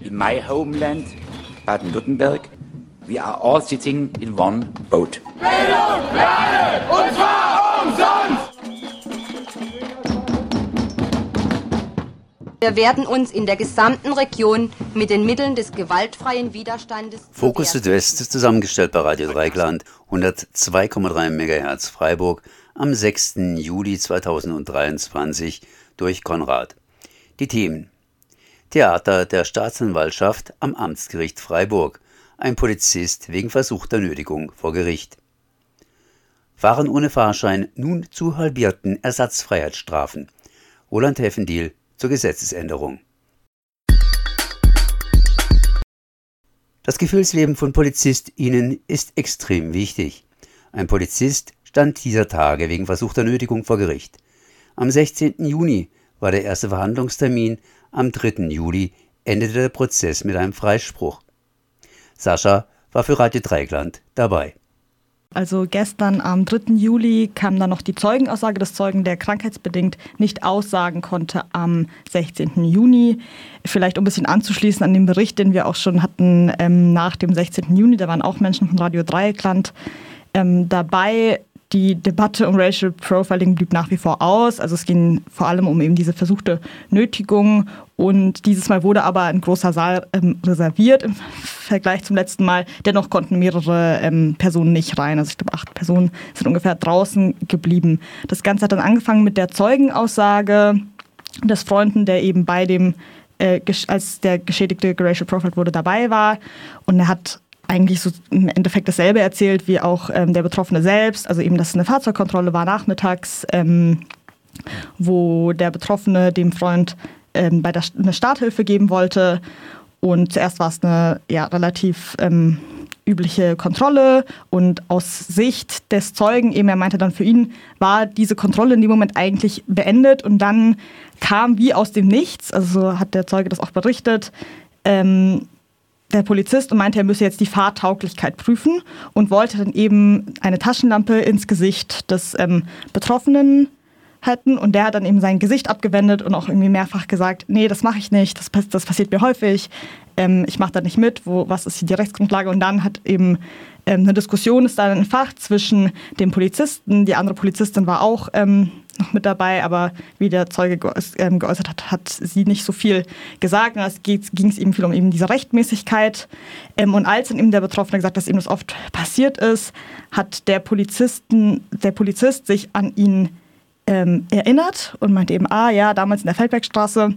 in my homeland, Baden-Württemberg, we are all sitting in one boat. Bildung, Lernen, und zwar umsonst! Wir werden uns in der gesamten Region mit den Mitteln des gewaltfreien Widerstandes... Fokus Südwest ist zusammengestellt bei Radio Dreieckland, 102,3 MHz Freiburg, am 6. Juli 2023 durch Konrad. Die Themen: Theater der Staatsanwaltschaft am Amtsgericht Freiburg. Ein Polizist wegen versuchter Nötigung vor Gericht. Fahren ohne Fahrschein nun zu halbierten Ersatzfreiheitsstrafen. Roland Heffendiel zur Gesetzesänderung. Das Gefühlsleben von PolizistInnen ist extrem wichtig. Ein Polizist stand dieser Tage wegen versuchter Nötigung vor Gericht. Am 16. Juni war der erste Verhandlungstermin, am 3. Juli endete der Prozess mit einem Freispruch. Sascha war für Radio Dreieckland dabei. Also gestern am 3. Juli kam dann noch die Zeugenaussage des Zeugen, der krankheitsbedingt nicht aussagen konnte am 16. Juni. Vielleicht um ein bisschen anzuschließen an den Bericht, den wir auch schon hatten nach dem 16. Juni. Da waren auch Menschen von Radio Dreieckland dabei. Die Debatte um Racial Profiling blieb nach wie vor aus. Also es ging vor allem um eben diese versuchte Nötigung. Und dieses Mal wurde aber ein großer Saal reserviert im Vergleich zum letzten Mal. Dennoch konnten mehrere Personen nicht rein. Also ich glaube 8 Personen sind ungefähr draußen geblieben. Das Ganze hat dann angefangen mit der Zeugenaussage des Freunden, der eben bei dem, als der Geschädigte geracial profiled wurde, dabei war. Und er hat eigentlich so im Endeffekt dasselbe erzählt wie auch der Betroffene selbst. Also eben, dass es eine Fahrzeugkontrolle war nachmittags, wo der Betroffene dem Freund eine Starthilfe geben wollte. Und zuerst war es eine relativ übliche Kontrolle. Und aus Sicht des Zeugen, eben er meinte dann, für ihn war diese Kontrolle in dem Moment eigentlich beendet. Und dann kam wie aus dem Nichts, also so hat der Zeuge das auch berichtet, der Polizist und meinte, er müsse jetzt die Fahrtauglichkeit prüfen und wollte dann eben eine Taschenlampe ins Gesicht des Betroffenen halten. Und der hat dann eben sein Gesicht abgewendet und auch irgendwie mehrfach gesagt, nee, das mache ich nicht, das passiert mir häufig, ich mache da nicht mit, was ist hier die Rechtsgrundlage? Und dann hat eben eine Diskussion ist dann entfacht zwischen dem Polizisten, die andere Polizistin war auch noch mit dabei, aber wie der Zeuge geäußert hat, hat sie nicht so viel gesagt. Und es ging es eben viel um eben diese Rechtmäßigkeit. Und als dann eben der Betroffene gesagt hat, dass eben das oft passiert ist, hat der Polizist sich an ihn erinnert und meinte eben, damals in der Feldbergstraße.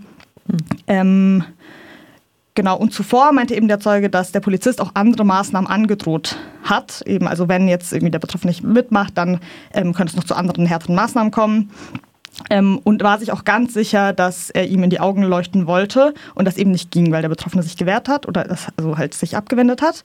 Genau, und zuvor meinte eben der Zeuge, dass der Polizist auch andere Maßnahmen angedroht hat. Eben, also wenn jetzt irgendwie der Betroffene nicht mitmacht, dann könnte es noch zu anderen härteren Maßnahmen kommen. Und war sich auch ganz sicher, dass er ihm in die Augen leuchten wollte und das eben nicht ging, weil der Betroffene sich gewehrt hat oder sich abgewendet hat.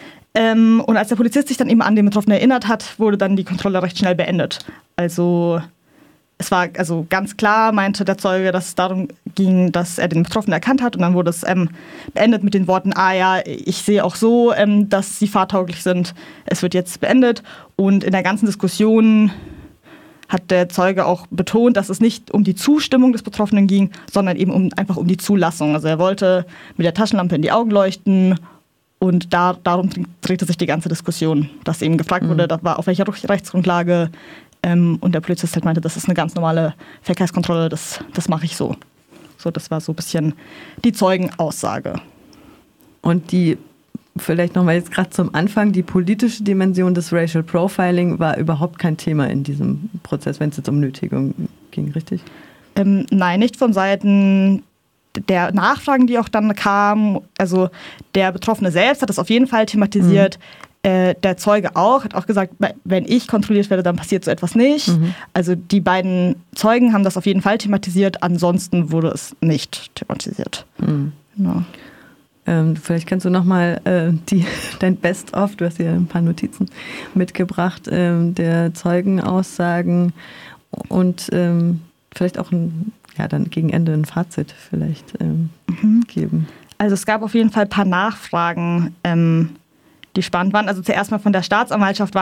Und als der Polizist sich dann eben an den Betroffenen erinnert hat, wurde dann die Kontrolle recht schnell beendet. Also es war also ganz klar, meinte der Zeuge, dass es darum ging, dass er den Betroffenen erkannt hat. Und dann wurde es beendet mit den Worten, ich sehe auch so, dass sie fahrtauglich sind. Es wird jetzt beendet. Und in der ganzen Diskussion hat der Zeuge auch betont, dass es nicht um die Zustimmung des Betroffenen ging, sondern eben einfach um die Zulassung. Also er wollte mit der Taschenlampe in die Augen leuchten. Und darum drehte sich die ganze Diskussion, dass eben gefragt wurde, auf welcher Rechtsgrundlage. Und der Polizist halt meinte, das ist eine ganz normale Verkehrskontrolle, das mache ich so. So, das war so ein bisschen die Zeugenaussage. Und die, vielleicht nochmal jetzt gerade zum Anfang, die politische Dimension des Racial Profiling war überhaupt kein Thema in diesem Prozess, wenn es jetzt um Nötigung ging, richtig? Nein, nicht von Seiten der Nachfragen, die auch dann kamen. Also der Betroffene selbst hat das auf jeden Fall thematisiert. Der Zeuge auch, hat auch gesagt, wenn ich kontrolliert werde, dann passiert so etwas nicht. Also die beiden Zeugen haben das auf jeden Fall thematisiert, ansonsten wurde es nicht thematisiert. Genau. Vielleicht kannst du nochmal dein Best-of, du hast ja ein paar Notizen mitgebracht, der Zeugenaussagen und vielleicht auch dann gegen Ende ein Fazit vielleicht geben. Also es gab auf jeden Fall ein paar Nachfragen, die spannend waren. Also zuerst mal von der Staatsanwaltschaft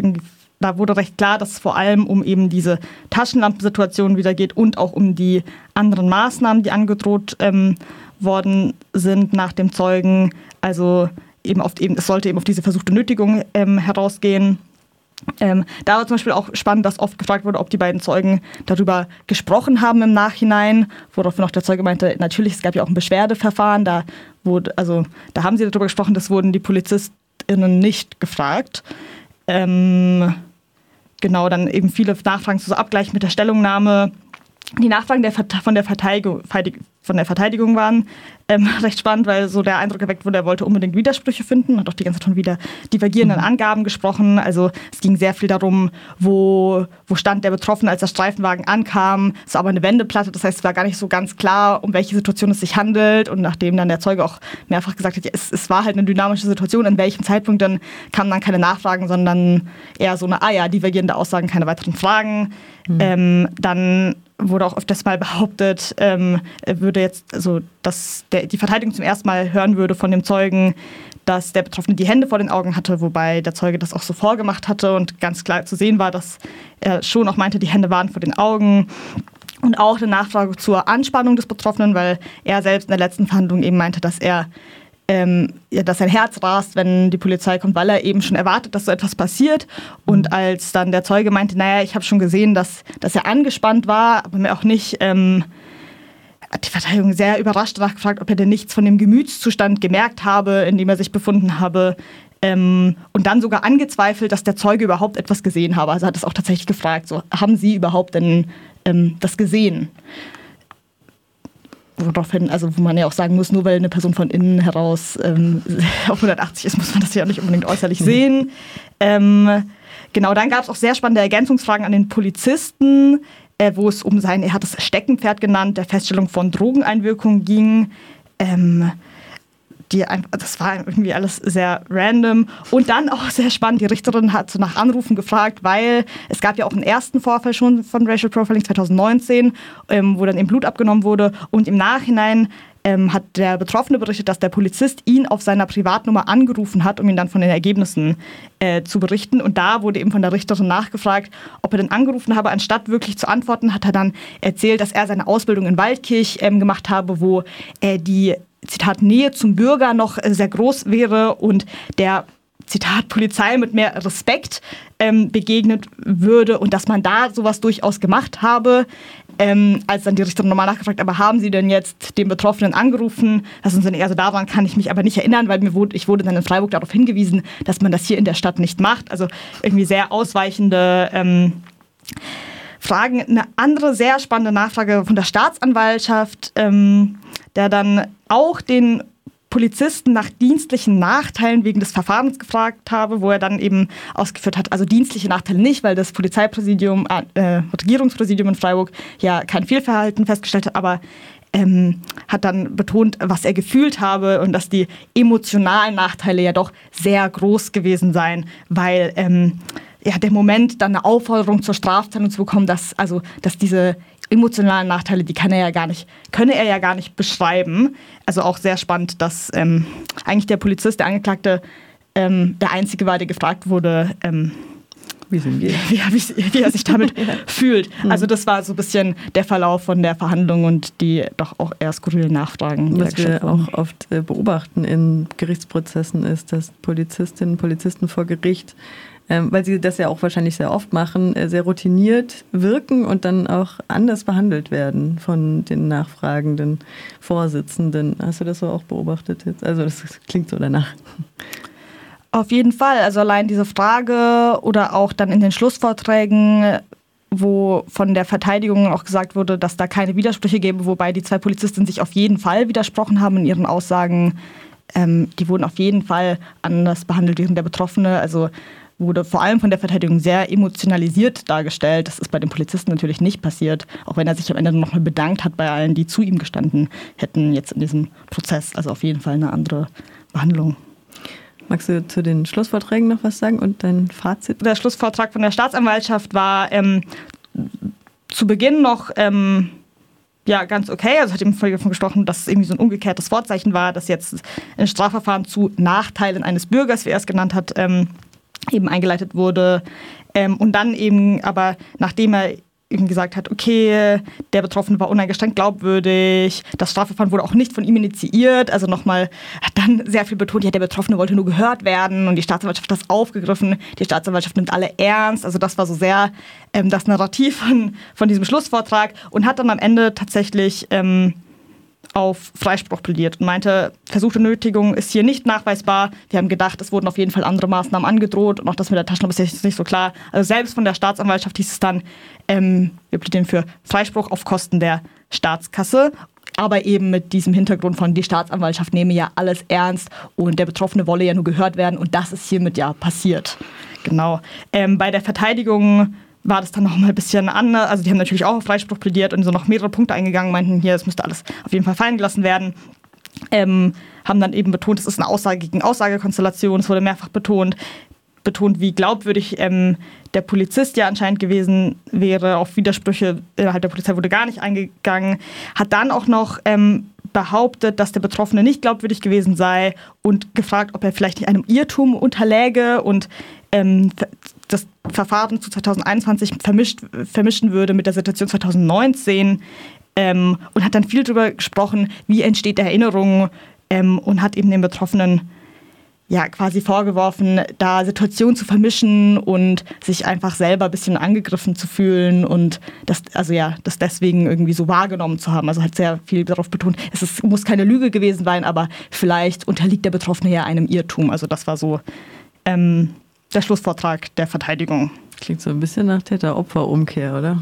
da wurde recht klar, dass es vor allem um eben diese Taschenlampensituation wieder geht und auch um die anderen Maßnahmen, die angedroht worden sind nach dem Zeugen. Also es sollte eben auf diese versuchte Nötigung herausgehen. Da war zum Beispiel auch spannend, dass oft gefragt wurde, ob die beiden Zeugen darüber gesprochen haben im Nachhinein, woraufhin auch der Zeuge meinte, natürlich, es gab ja auch ein Beschwerdeverfahren, da haben sie darüber gesprochen, das wurden die PolizistInnen nicht gefragt. Genau, dann eben viele Nachfragen zu so Abgleich mit der Stellungnahme. Die Nachfragen von der Verteidigung waren recht spannend, weil so der Eindruck erweckt wurde, er wollte unbedingt Widersprüche finden, hat auch die ganze Zeit von wieder divergierenden Angaben gesprochen. Also es ging sehr viel darum, wo stand der Betroffene, als der Streifenwagen ankam. Es war aber eine Wendeplatte, das heißt, es war gar nicht so ganz klar, um welche Situation es sich handelt. Und nachdem dann der Zeuge auch mehrfach gesagt hat, ja, es war halt eine dynamische Situation, in welchem Zeitpunkt, dann kamen dann keine Nachfragen, sondern eher so eine, divergierende Aussagen, keine weiteren Fragen. Dann wurde auch öfters mal behauptet, würde jetzt, also dass die Verteidigung zum ersten Mal hören würde von dem Zeugen, dass der Betroffene die Hände vor den Augen hatte, wobei der Zeuge das auch so vorgemacht hatte und ganz klar zu sehen war, dass er schon auch meinte, die Hände waren vor den Augen. Und auch eine Nachfrage zur Anspannung des Betroffenen, weil er selbst in der letzten Verhandlung eben meinte, dass dass sein Herz rast, wenn die Polizei kommt, weil er eben schon erwartet, dass so etwas passiert. Und als dann der Zeuge meinte, ich habe schon gesehen, dass er angespannt war, aber mir auch nicht, hat die Verteidigung sehr überrascht danach gefragt, ob er denn nichts von dem Gemütszustand gemerkt habe, in dem er sich befunden habe. Und dann sogar angezweifelt, dass der Zeuge überhaupt etwas gesehen habe. Also hat es auch tatsächlich gefragt, so, haben Sie überhaupt denn das gesehen? Woraufhin, also wo man ja auch sagen muss, nur weil eine Person von innen heraus auf 180 ist, muss man das ja nicht unbedingt äußerlich sehen. Genau, dann gab es auch sehr spannende Ergänzungsfragen an den Polizisten, wo es um er hat es Steckenpferd genannt, der Feststellung von Drogeneinwirkungen ging. Das war irgendwie alles sehr random. Und dann auch sehr spannend, die Richterin hat so nach Anrufen gefragt, weil es gab ja auch einen ersten Vorfall schon von Racial Profiling 2019, wo dann eben Blut abgenommen wurde. Und im Nachhinein hat der Betroffene berichtet, dass der Polizist ihn auf seiner Privatnummer angerufen hat, um ihn dann von den Ergebnissen zu berichten. Und da wurde eben von der Richterin nachgefragt, ob er denn angerufen habe. Anstatt wirklich zu antworten, hat er dann erzählt, dass er seine Ausbildung in Waldkirch gemacht habe, wo die Zitat, Nähe zum Bürger noch sehr groß wäre und der, Zitat, Polizei mit mehr Respekt begegnet würde und dass man da sowas durchaus gemacht habe. Als dann die Richterin nochmal nachgefragt, aber haben Sie denn jetzt den Betroffenen angerufen? Das sind eher so, daran kann ich mich aber nicht erinnern, weil ich wurde dann in Freiburg darauf hingewiesen, dass man das hier in der Stadt nicht macht. Also irgendwie sehr ausweichende Fragen. Eine andere sehr spannende Nachfrage von der Staatsanwaltschaft, der dann auch den Polizisten nach dienstlichen Nachteilen wegen des Verfahrens gefragt habe, wo er dann eben ausgeführt hat, also dienstliche Nachteile nicht, weil das Regierungspräsidium in Freiburg ja kein Fehlverhalten festgestellt hat, aber hat dann betont, was er gefühlt habe und dass die emotionalen Nachteile ja doch sehr groß gewesen seien, weil der Moment, dann eine Aufforderung zur Strafzahlung zu bekommen, dass diese emotionalen Nachteile, die könne er ja gar nicht beschreiben. Also auch sehr spannend, dass eigentlich der Polizist, der Angeklagte, der Einzige war, der gefragt wurde, wie er sich damit fühlt. Also das war so ein bisschen der Verlauf von der Verhandlung und die doch auch eher skurrile Nachfragen. Was wir auch oft beobachten in Gerichtsprozessen ist, dass Polizistinnen und Polizisten vor Gericht, weil sie das ja auch wahrscheinlich sehr oft machen, sehr routiniert wirken und dann auch anders behandelt werden von den nachfragenden Vorsitzenden. Hast du das so auch beobachtet jetzt? Also das klingt so danach. Auf jeden Fall. Also allein diese Frage oder auch dann in den Schlussvorträgen, wo von der Verteidigung auch gesagt wurde, dass da keine Widersprüche gäbe, wobei die zwei Polizistinnen sich auf jeden Fall widersprochen haben in ihren Aussagen. Die wurden auf jeden Fall anders behandelt während der Betroffene. Also wurde vor allem von der Verteidigung sehr emotionalisiert dargestellt. Das ist bei den Polizisten natürlich nicht passiert, auch wenn er sich am Ende noch mal bedankt hat bei allen, die zu ihm gestanden hätten jetzt in diesem Prozess. Also auf jeden Fall eine andere Behandlung. Magst du zu den Schlussvorträgen noch was sagen und dein Fazit? Der Schlussvortrag von der Staatsanwaltschaft war zu Beginn noch ganz okay. Also hat eben vorhin davon gesprochen, dass es irgendwie so ein umgekehrtes Vorzeichen war, dass jetzt ein Strafverfahren zu Nachteilen eines Bürgers, wie er es genannt hat, eben eingeleitet wurde. Und dann eben, aber nachdem er eben gesagt hat, okay, der Betroffene war uneingeschränkt glaubwürdig, das Strafverfahren wurde auch nicht von ihm initiiert, also nochmal hat dann sehr viel betont, ja, der Betroffene wollte nur gehört werden und die Staatsanwaltschaft hat das aufgegriffen, die Staatsanwaltschaft nimmt alle ernst, also das war so sehr das Narrativ von diesem Schlussvortrag und hat dann am Ende tatsächlich auf Freispruch plädiert und meinte, versuchte Nötigung ist hier nicht nachweisbar. Wir haben gedacht, es wurden auf jeden Fall andere Maßnahmen angedroht und auch das mit der Taschenlampe ist nicht so klar. Also selbst von der Staatsanwaltschaft hieß es dann, wir plädieren für Freispruch auf Kosten der Staatskasse, aber eben mit diesem Hintergrund von, die Staatsanwaltschaft nehme ja alles ernst und der Betroffene wolle ja nur gehört werden und das ist hiermit ja passiert. Genau. Bei der Verteidigung war das dann noch mal ein bisschen anders. Also die haben natürlich auch auf Freispruch plädiert und so noch mehrere Punkte eingegangen, meinten, hier, es müsste alles auf jeden Fall fallen gelassen werden. Haben dann eben betont, es ist eine Aussage gegen Aussagekonstellation. Es wurde mehrfach betont, wie glaubwürdig der Polizist ja anscheinend gewesen wäre. Auf Widersprüche innerhalb der Polizei wurde gar nicht eingegangen. Hat dann auch noch behauptet, dass der Betroffene nicht glaubwürdig gewesen sei und gefragt, ob er vielleicht nicht einem Irrtum unterläge und das Verfahren zu 2021 vermischen würde mit der Situation 2019 und hat dann viel darüber gesprochen, wie entsteht Erinnerung und hat eben den Betroffenen ja quasi vorgeworfen, da Situationen zu vermischen und sich einfach selber ein bisschen angegriffen zu fühlen und das deswegen irgendwie so wahrgenommen zu haben. Also hat sehr viel darauf betont, muss keine Lüge gewesen sein, aber vielleicht unterliegt der Betroffene ja einem Irrtum. Also das war so der Schlussvortrag der Verteidigung. Klingt so ein bisschen nach Täter-Opfer-Umkehr, oder?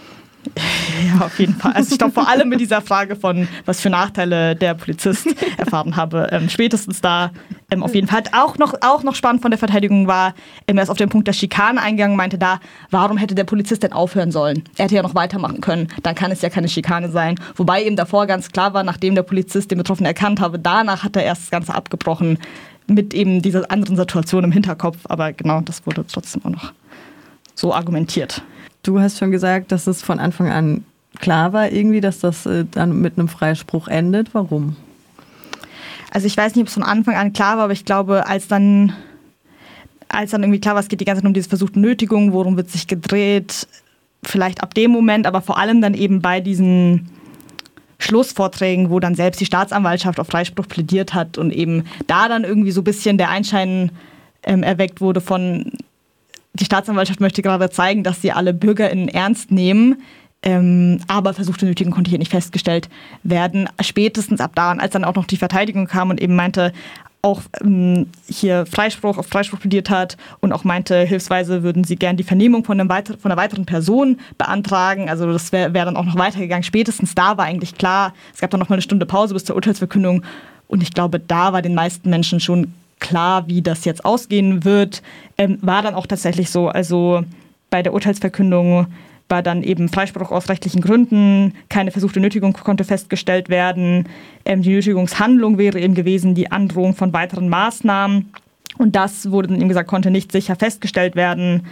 Ja, auf jeden Fall. Also ich glaube vor allem mit dieser Frage von, was für Nachteile der Polizist erfahren habe, spätestens da auf jeden Fall. Auch noch spannend von der Verteidigung war, er ist auf den Punkt der Schikane eingegangen, meinte da, warum hätte der Polizist denn aufhören sollen? Er hätte ja noch weitermachen können, dann kann es ja keine Schikane sein. Wobei eben davor ganz klar war, nachdem der Polizist den Betroffenen erkannt habe, danach hat er erst das Ganze abgebrochen, mit eben dieser anderen Situation im Hinterkopf. Aber genau, das wurde trotzdem auch noch so argumentiert. Du hast schon gesagt, dass es von Anfang an klar war irgendwie, dass das dann mit einem Freispruch endet. Warum? Also ich weiß nicht, ob es von Anfang an klar war, aber ich glaube, als dann irgendwie klar war, es geht die ganze Zeit um diese versuchte Nötigung, worum wird sich gedreht, vielleicht ab dem Moment, aber vor allem dann eben bei diesen Schlussvorträgen, wo dann selbst die Staatsanwaltschaft auf Freispruch plädiert hat und eben da dann irgendwie so ein bisschen der Einschein erweckt wurde von, die Staatsanwaltschaft möchte gerade zeigen, dass sie alle BürgerInnen ernst nehmen, aber versuchte Nötigung konnte hier nicht festgestellt werden. Spätestens ab da, als dann auch noch die Verteidigung kam und eben meinte, auch hier auf Freispruch plädiert hat und auch meinte, hilfsweise würden sie gern die Vernehmung von einer weiteren Person beantragen. Also das wäre dann auch noch weitergegangen. Spätestens da war eigentlich klar, es gab dann noch mal eine Stunde Pause bis zur Urteilsverkündung und ich glaube, da war den meisten Menschen schon klar, wie das jetzt ausgehen wird. War dann auch tatsächlich so, also bei der Urteilsverkündung war dann eben Freispruch aus rechtlichen Gründen, keine versuchte Nötigung konnte festgestellt werden. Die Nötigungshandlung wäre eben gewesen die Androhung von weiteren Maßnahmen. Und das wurde dann eben gesagt, konnte nicht sicher festgestellt werden.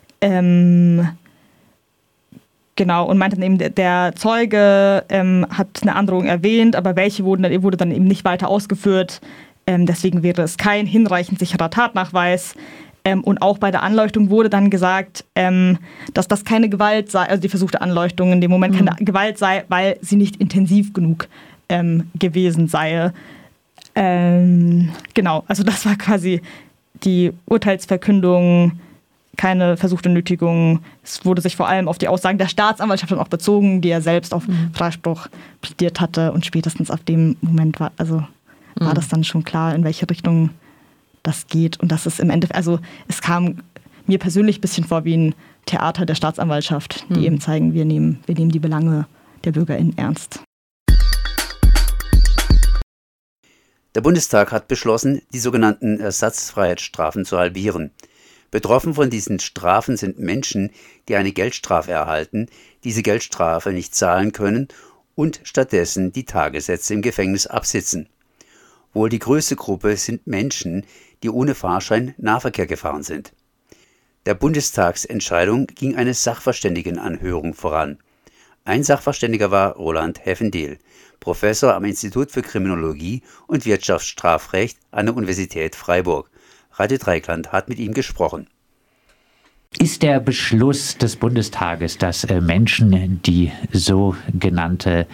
Genau, und meinte dann eben, der Zeuge hat eine Androhung erwähnt, aber welche wurde dann eben nicht weiter ausgeführt. Deswegen wäre es kein hinreichend sicherer Tatnachweis. Und auch bei der Anleuchtung wurde dann gesagt, dass das keine Gewalt sei, also die versuchte Anleuchtung in dem Moment keine Gewalt sei, weil sie nicht intensiv genug gewesen sei. Genau, also das war quasi die Urteilsverkündung, keine versuchte Nötigung. Es wurde sich vor allem auf die Aussagen der Staatsanwaltschaft dann auch bezogen, die ja selbst auf Freispruch plädiert hatte. Und spätestens ab dem Moment war das dann schon klar, in welche Richtung das geht. Und das ist im Endeffekt, also es kam mir persönlich ein bisschen vor wie ein Theater der Staatsanwaltschaft, die eben zeigen, wir nehmen die Belange der BürgerInnen ernst. Der Bundestag hat beschlossen, die sogenannten Ersatzfreiheitsstrafen zu halbieren. Betroffen von diesen Strafen sind Menschen, die eine Geldstrafe erhalten, diese Geldstrafe nicht zahlen können und stattdessen die Tagessätze im Gefängnis absitzen. Wohl die größte Gruppe sind Menschen, die ohne Fahrschein Nahverkehr gefahren sind. Der Bundestagsentscheidung ging eine Sachverständigenanhörung voran. Ein Sachverständiger war Roland Heffendiel, Professor am Institut für Kriminologie und Wirtschaftsstrafrecht an der Universität Freiburg. Radio Dreieckland hat mit ihm gesprochen. Ist der Beschluss des Bundestages, dass Menschen, die sogenannte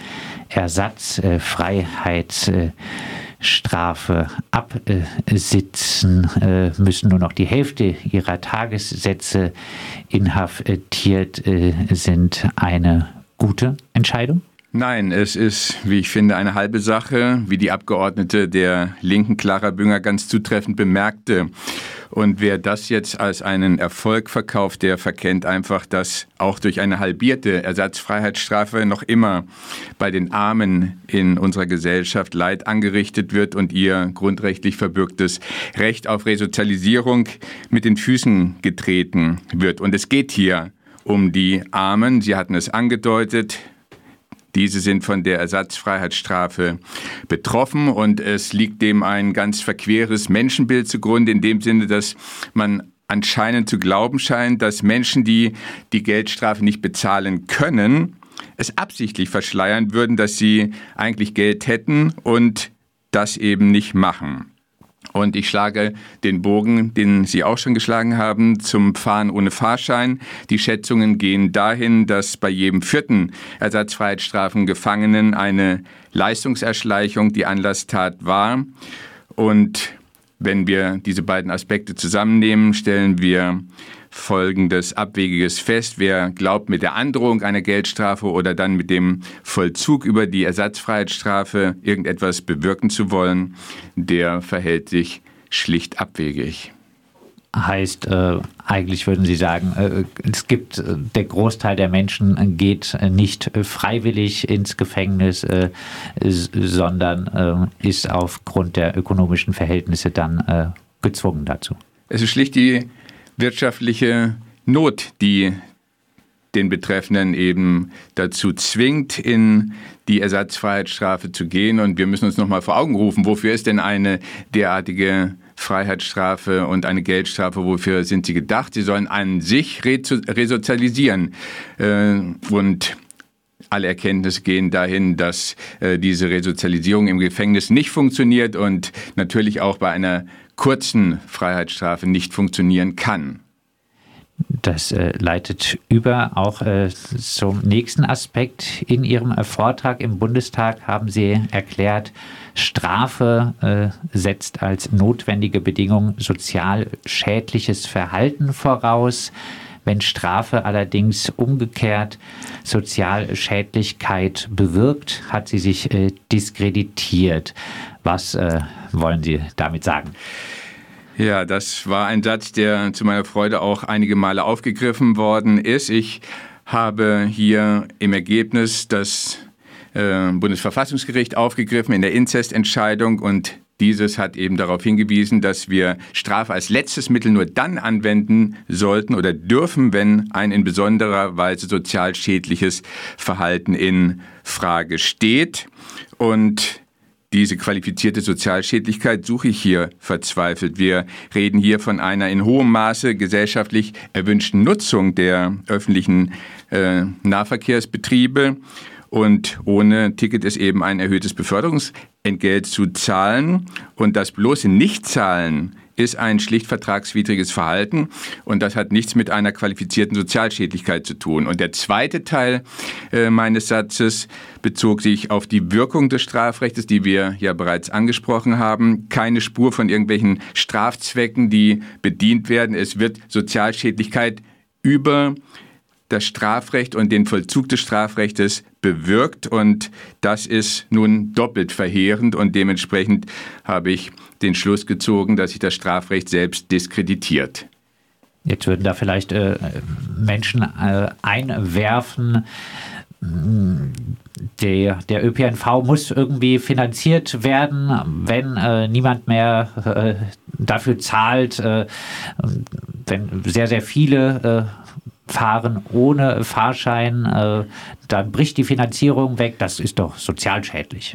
Ersatzfreiheitsstrafe absitzen, müssen, nur noch die Hälfte ihrer Tagessätze inhaftiert sind, eine gute Entscheidung? Nein, es ist, wie ich finde, eine halbe Sache, wie die Abgeordnete der Linken Clara Bünger ganz zutreffend bemerkte. Und wer das jetzt als einen Erfolg verkauft, der verkennt einfach, dass auch durch eine halbierte Ersatzfreiheitsstrafe noch immer bei den Armen in unserer Gesellschaft Leid angerichtet wird und ihr grundrechtlich verbürgtes Recht auf Resozialisierung mit den Füßen getreten wird. Und es geht hier um die Armen. Sie hatten es angedeutet. Diese sind von der Ersatzfreiheitsstrafe betroffen und es liegt dem ein ganz verqueres Menschenbild zugrunde, in dem Sinne, dass man anscheinend zu glauben scheint, dass Menschen, die die Geldstrafe nicht bezahlen können, es absichtlich verschleiern würden, dass sie eigentlich Geld hätten und das eben nicht machen. Und ich schlage den Bogen, den Sie auch schon geschlagen haben, zum Fahren ohne Fahrschein. Die Schätzungen gehen dahin, dass bei jedem 4. Ersatzfreiheitsstrafengefangenen eine Leistungserschleichung die Anlasstat war. Und wenn wir diese beiden Aspekte zusammennehmen, stellen wir Folgendes Abwegiges fest. Wer glaubt, mit der Androhung einer Geldstrafe oder dann mit dem Vollzug über die Ersatzfreiheitsstrafe irgendetwas bewirken zu wollen, der verhält sich schlicht abwegig. Heißt, eigentlich würden Sie sagen, es gibt, der Großteil der Menschen geht nicht freiwillig ins Gefängnis, sondern ist aufgrund der ökonomischen Verhältnisse dann gezwungen dazu. Es ist schlicht die wirtschaftliche Not, die den Betreffenden eben dazu zwingt, in die Ersatzfreiheitsstrafe zu gehen. Und wir müssen uns nochmal vor Augen rufen, wofür ist denn eine derartige Freiheitsstrafe und eine Geldstrafe, wofür sind sie gedacht? Sie sollen an sich resozialisieren. Und alle Erkenntnisse gehen dahin, dass diese Resozialisierung im Gefängnis nicht funktioniert und natürlich auch bei einer kurzen Freiheitsstrafe nicht funktionieren kann. Das leitet über auch zum nächsten Aspekt. In Ihrem Vortrag im Bundestag haben Sie erklärt, Strafe setzt als notwendige Bedingung sozial schädliches Verhalten voraus. Wenn Strafe allerdings umgekehrt Sozialschädlichkeit bewirkt, hat sie sich diskreditiert. Was wollen Sie damit sagen? Ja, das war ein Satz, der zu meiner Freude auch einige Male aufgegriffen worden ist. Ich habe hier im Ergebnis das Bundesverfassungsgericht aufgegriffen in der Inzestentscheidung und dieses hat eben darauf hingewiesen, dass wir Strafe als letztes Mittel nur dann anwenden sollten oder dürfen, wenn ein in besonderer Weise sozial schädliches Verhalten in Frage steht. Und diese qualifizierte Sozialschädlichkeit suche ich hier verzweifelt. Wir reden hier von einer in hohem Maße gesellschaftlich erwünschten Nutzung der öffentlichen Nahverkehrsbetriebe. Und ohne Ticket ist eben ein erhöhtes Beförderungsentgelt zu zahlen. Und das bloße Nichtzahlen ist ein schlicht vertragswidriges Verhalten. Und das hat nichts mit einer qualifizierten Sozialschädlichkeit zu tun. Und der zweite Teil meines Satzes bezog sich auf die Wirkung des Strafrechts, die wir ja bereits angesprochen haben. Keine Spur von irgendwelchen Strafzwecken, die bedient werden. Es wird Sozialschädlichkeit über das Strafrecht und den Vollzug des Strafrechtes bewirkt und das ist nun doppelt verheerend und dementsprechend habe ich den Schluss gezogen, dass sich das Strafrecht selbst diskreditiert. Jetzt würden da vielleicht Menschen einwerfen, der ÖPNV muss irgendwie finanziert werden, wenn niemand mehr dafür zahlt, wenn sehr, sehr viele fahren ohne Fahrschein, dann bricht die Finanzierung weg. Das ist doch sozialschädlich.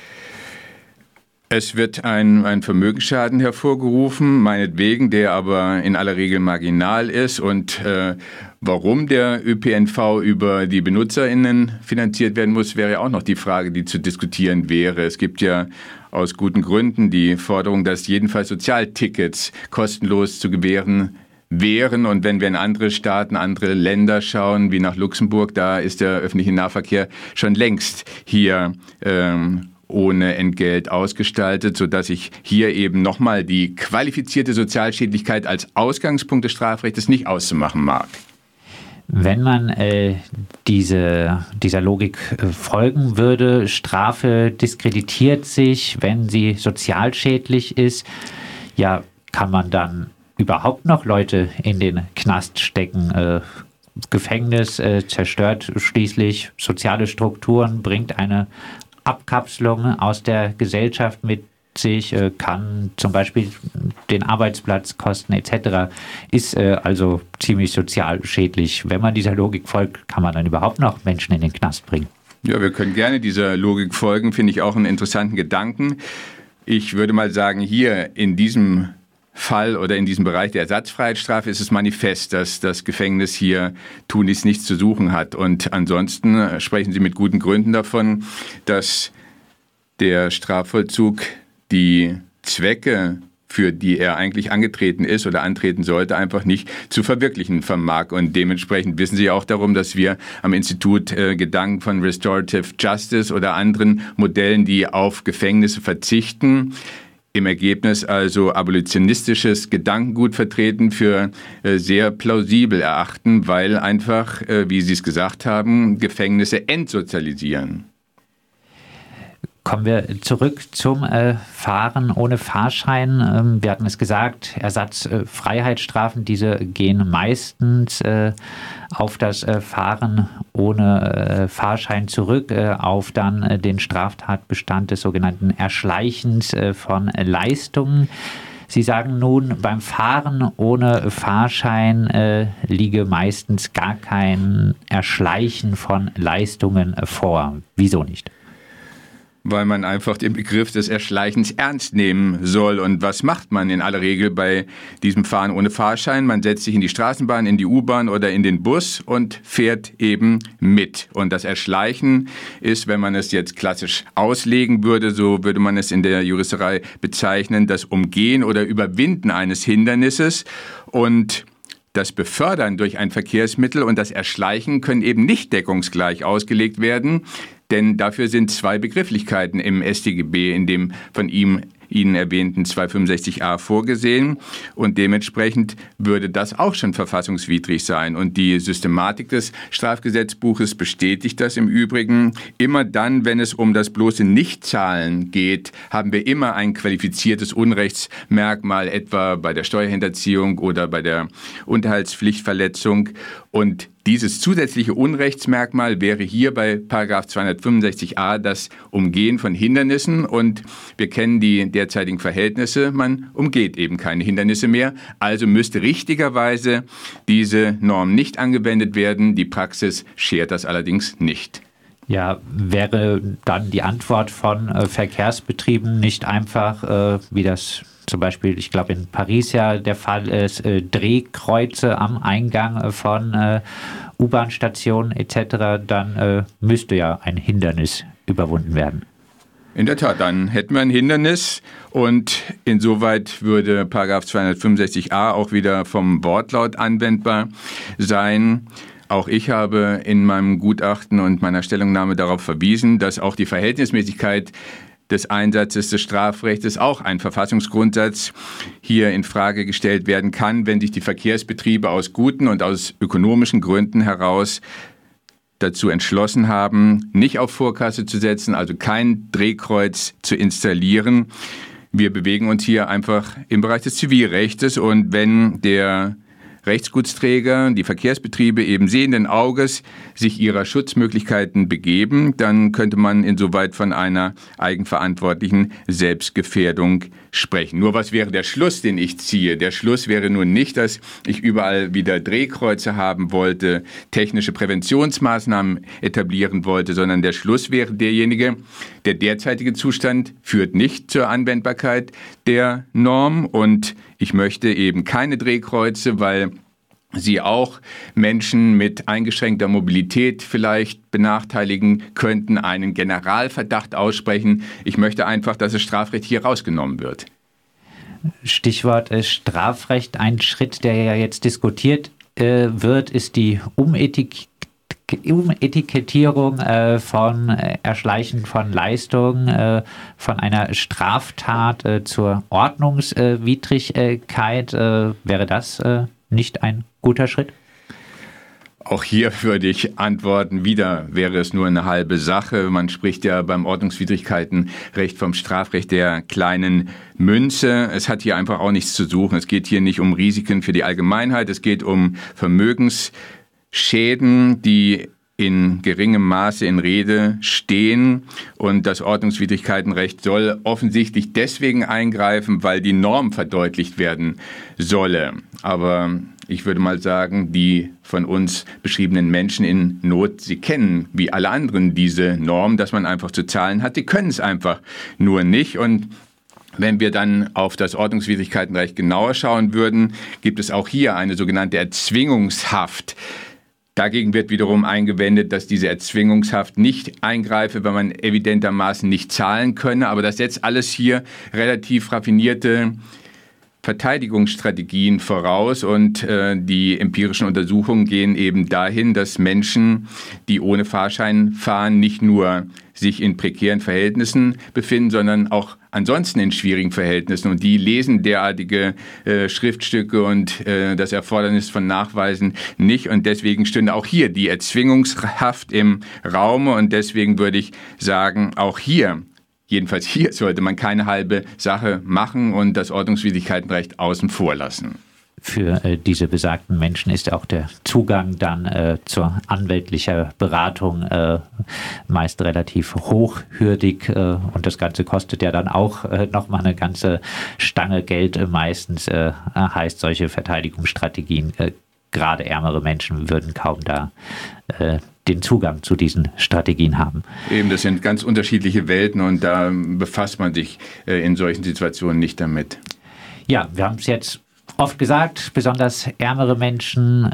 Es wird ein Vermögensschaden hervorgerufen, meinetwegen, der aber in aller Regel marginal ist. Und warum der ÖPNV über die BenutzerInnen finanziert werden muss, wäre ja auch noch die Frage, die zu diskutieren wäre. Es gibt ja aus guten Gründen die Forderung, dass jedenfalls Sozialtickets kostenlos zu gewähren wären. Und wenn wir in andere Staaten, andere Länder schauen, wie nach Luxemburg, da ist der öffentliche Nahverkehr schon längst hier ohne Entgelt ausgestaltet, sodass ich hier eben nochmal die qualifizierte Sozialschädlichkeit als Ausgangspunkt des Strafrechts nicht auszumachen mag. Wenn man dieser Logik folgen würde, Strafe diskreditiert sich, wenn sie sozialschädlich ist, ja, kann man dann überhaupt noch Leute in den Knast stecken? Gefängnis zerstört schließlich soziale Strukturen, bringt eine Abkapselung aus der Gesellschaft mit sich, kann zum Beispiel den Arbeitsplatz kosten etc., ist also ziemlich sozial schädlich. Wenn man dieser Logik folgt, kann man dann überhaupt noch Menschen in den Knast bringen? Ja, wir können gerne dieser Logik folgen, finde ich auch einen interessanten Gedanken. Ich würde mal sagen, hier in diesem Fall oder in diesem Bereich der Ersatzfreiheitsstrafe ist es manifest, dass das Gefängnis hier tunlichst nichts zu suchen hat. Und ansonsten sprechen Sie mit guten Gründen davon, dass der Strafvollzug die Zwecke, für die er eigentlich angetreten ist oder antreten sollte, einfach nicht zu verwirklichen vermag. Und dementsprechend wissen Sie auch darum, dass wir am Institut Gedanken von Restorative Justice oder anderen Modellen, die auf Gefängnisse verzichten, im Ergebnis also abolitionistisches Gedankengut vertreten, für sehr plausibel erachten, weil einfach, wie Sie es gesagt haben, Gefängnisse entsozialisieren. Kommen wir zurück zum Fahren ohne Fahrschein. Wir hatten es gesagt, Ersatzfreiheitsstrafen, diese gehen meistens auf das Fahren ohne Fahrschein zurück, auf dann den Straftatbestand des sogenannten Erschleichens von Leistungen. Sie sagen nun, beim Fahren ohne Fahrschein liege meistens gar kein Erschleichen von Leistungen vor. Wieso nicht? Weil man einfach den Begriff des Erschleichens ernst nehmen soll. Und was macht man in aller Regel bei diesem Fahren ohne Fahrschein? Man setzt sich in die Straßenbahn, in die U-Bahn oder in den Bus und fährt eben mit. Und das Erschleichen ist, wenn man es jetzt klassisch auslegen würde, so würde man es in der Juristerei bezeichnen, das Umgehen oder Überwinden eines Hindernisses. Und das Befördern durch ein Verkehrsmittel und das Erschleichen können eben nicht deckungsgleich ausgelegt werden, denn dafür sind zwei Begrifflichkeiten im StGB, in dem von Ihnen erwähnten 265a vorgesehen, und dementsprechend würde das auch schon verfassungswidrig sein. Und die Systematik des Strafgesetzbuches bestätigt das im Übrigen. Immer dann, wenn es um das bloße Nichtzahlen geht, haben wir immer ein qualifiziertes Unrechtsmerkmal, etwa bei der Steuerhinterziehung oder bei der Unterhaltspflichtverletzung. Und dieses zusätzliche Unrechtsmerkmal wäre hier bei § 265a das Umgehen von Hindernissen. Und wir kennen die derzeitigen Verhältnisse. Man umgeht eben keine Hindernisse mehr. Also müsste richtigerweise diese Norm nicht angewendet werden. Die Praxis schert das allerdings nicht. Ja, wäre dann die Antwort von Verkehrsbetrieben nicht einfach, wie das zum Beispiel, ich glaube in Paris ja der Fall ist, Drehkreuze am Eingang von U-Bahn-Stationen etc., dann müsste ja ein Hindernis überwunden werden. In der Tat, dann hätten wir ein Hindernis und insoweit würde § 265a auch wieder vom Wortlaut anwendbar sein. Auch ich habe in meinem Gutachten und meiner Stellungnahme darauf verwiesen, dass auch die Verhältnismäßigkeit des Einsatzes des Strafrechts auch ein Verfassungsgrundsatz hier in Frage gestellt werden kann, wenn sich die Verkehrsbetriebe aus guten und aus ökonomischen Gründen heraus dazu entschlossen haben, nicht auf Vorkasse zu setzen, also kein Drehkreuz zu installieren. Wir bewegen uns hier einfach im Bereich des Zivilrechts, und wenn der Rechtsgutsträger, die Verkehrsbetriebe eben sehenden Auges sich ihrer Schutzmöglichkeiten begeben, dann könnte man insoweit von einer eigenverantwortlichen Selbstgefährdung sprechen. Nur was wäre der Schluss, den ich ziehe? Der Schluss wäre nun nicht, dass ich überall wieder Drehkreuze haben wollte, technische Präventionsmaßnahmen etablieren wollte, sondern der Schluss wäre derjenige, der derzeitige Zustand führt nicht zur Anwendbarkeit der Norm, und ich möchte eben keine Drehkreuze, weil sie auch Menschen mit eingeschränkter Mobilität vielleicht benachteiligen könnten, einen Generalverdacht aussprechen. Ich möchte einfach, dass das Strafrecht hier rausgenommen wird. Stichwort Strafrecht. Ein Schritt, der ja jetzt diskutiert wird, ist die Umetikettierung von Erschleichen von Leistungen von einer Straftat zur Ordnungswidrigkeit. Wäre das nicht ein guter Schritt? Auch hier würde ich antworten, wieder wäre es nur eine halbe Sache. Man spricht ja beim Ordnungswidrigkeitenrecht vom Strafrecht der kleinen Münze. Es hat hier einfach auch nichts zu suchen. Es geht hier nicht um Risiken für die Allgemeinheit. Es geht um Vermögensschäden, die in geringem Maße in Rede stehen. Und das Ordnungswidrigkeitenrecht soll offensichtlich deswegen eingreifen, weil die Norm verdeutlicht werden solle. Aber ich würde mal sagen, die von uns beschriebenen Menschen in Not, sie kennen wie alle anderen diese Norm, dass man einfach zu zahlen hat. Die können es einfach nur nicht. Und wenn wir dann auf das Ordnungswidrigkeitenrecht genauer schauen würden, gibt es auch hier eine sogenannte Erzwingungshaft. Dagegen wird wiederum eingewendet, dass diese Erzwingungshaft nicht eingreife, wenn man evidentermaßen nicht zahlen könne. Aber das setzt alles hier relativ raffinierte Verteidigungsstrategien voraus und die empirischen Untersuchungen gehen eben dahin, dass Menschen, die ohne Fahrschein fahren, nicht nur sich in prekären Verhältnissen befinden, sondern auch ansonsten in schwierigen Verhältnissen. Und die lesen derartige Schriftstücke und das Erfordernis von Nachweisen nicht. Und deswegen stünde auch hier die Erzwingungshaft im Raume. Und deswegen würde ich sagen, auch hier, jedenfalls hier, sollte man keine halbe Sache machen und das Ordnungswidrigkeitenrecht außen vor lassen. Für diese besagten Menschen ist auch der Zugang dann zur anwältlicher Beratung meist relativ hochhürdig und das Ganze kostet ja dann auch nochmal eine ganze Stange Geld. Meistens heißt solche Verteidigungsstrategien, gerade ärmere Menschen würden kaum da den Zugang zu diesen Strategien haben. Eben, das sind ganz unterschiedliche Welten und da befasst man sich in solchen Situationen nicht damit. Ja, wir haben es jetzt oft gesagt, besonders ärmere Menschen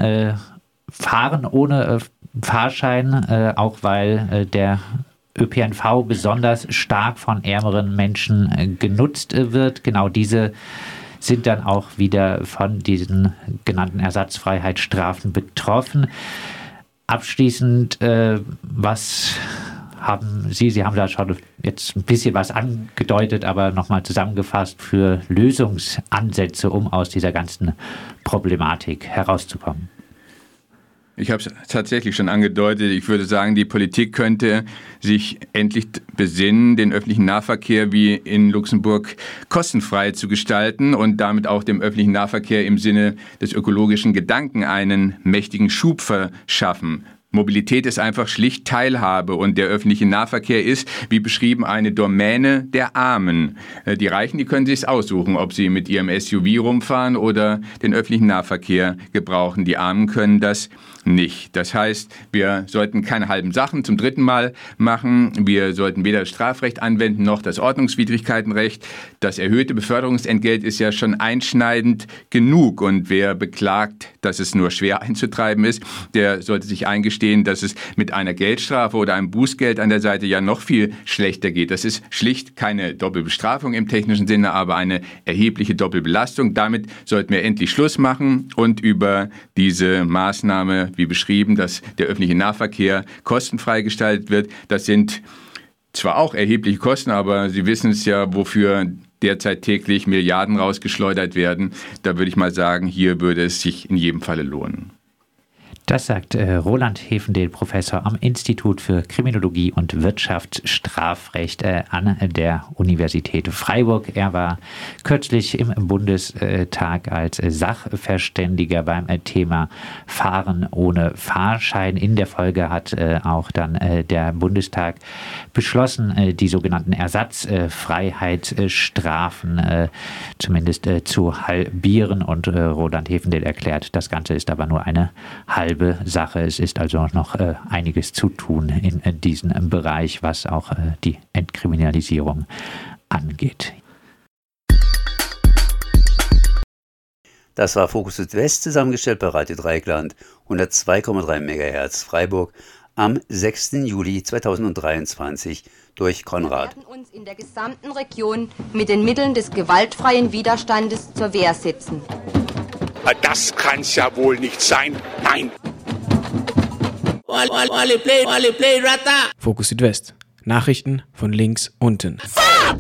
fahren ohne Fahrschein, auch weil der ÖPNV besonders stark von ärmeren Menschen genutzt wird. Genau diese sind dann auch wieder von diesen genannten Ersatzfreiheitsstrafen betroffen. Abschließend, was haben Sie haben da schon jetzt ein bisschen was angedeutet, aber nochmal zusammengefasst für Lösungsansätze, um aus dieser ganzen Problematik herauszukommen? Ich habe es tatsächlich schon angedeutet. Ich würde sagen, die Politik könnte sich endlich besinnen, den öffentlichen Nahverkehr wie in Luxemburg kostenfrei zu gestalten und damit auch dem öffentlichen Nahverkehr im Sinne des ökologischen Gedanken einen mächtigen Schub verschaffen. Mobilität ist einfach schlicht Teilhabe und der öffentliche Nahverkehr ist, wie beschrieben, eine Domäne der Armen. Die Reichen, die können sich's aussuchen, ob sie mit ihrem SUV rumfahren oder den öffentlichen Nahverkehr gebrauchen. Die Armen können das nicht. Das heißt, wir sollten keine halben Sachen zum dritten Mal machen. Wir sollten weder das Strafrecht anwenden noch das Ordnungswidrigkeitenrecht. Das erhöhte Beförderungsentgelt ist ja schon einschneidend genug und wer beklagt, dass es nur schwer einzutreiben ist, der sollte sich eingestehen, dass es mit einer Geldstrafe oder einem Bußgeld an der Seite ja noch viel schlechter geht. Das ist schlicht keine Doppelbestrafung im technischen Sinne, aber eine erhebliche Doppelbelastung. Damit sollten wir endlich Schluss machen und über diese Maßnahme, wie beschrieben, dass der öffentliche Nahverkehr kostenfrei gestaltet wird. Das sind zwar auch erhebliche Kosten, aber Sie wissen es ja, wofür derzeit täglich Milliarden rausgeschleudert werden. Da würde ich mal sagen, hier würde es sich in jedem Falle lohnen. Das sagt Roland Hefendel, Professor am Institut für Kriminologie und Wirtschaftsstrafrecht an der Universität Freiburg. Er war kürzlich im Bundestag als Sachverständiger beim Thema Fahren ohne Fahrschein. In der Folge hat auch dann der Bundestag beschlossen, die sogenannten Ersatzfreiheitsstrafen zumindest zu halbieren. Und Roland Hefendel erklärt, das Ganze ist aber nur eine halbe Sache. Es ist also noch einiges zu tun in diesem Bereich, was auch die Entkriminalisierung angeht. Das war Fokus Südwest, zusammengestellt bei Radio Dreieckland, 102,3 MHz Freiburg, am 6. Juli 2023 durch Konrad. Wir werden uns in der gesamten Region mit den Mitteln des gewaltfreien Widerstandes zur Wehr setzen. Das kann's ja wohl nicht sein. Nein. Fokus Südwest. Nachrichten von links unten.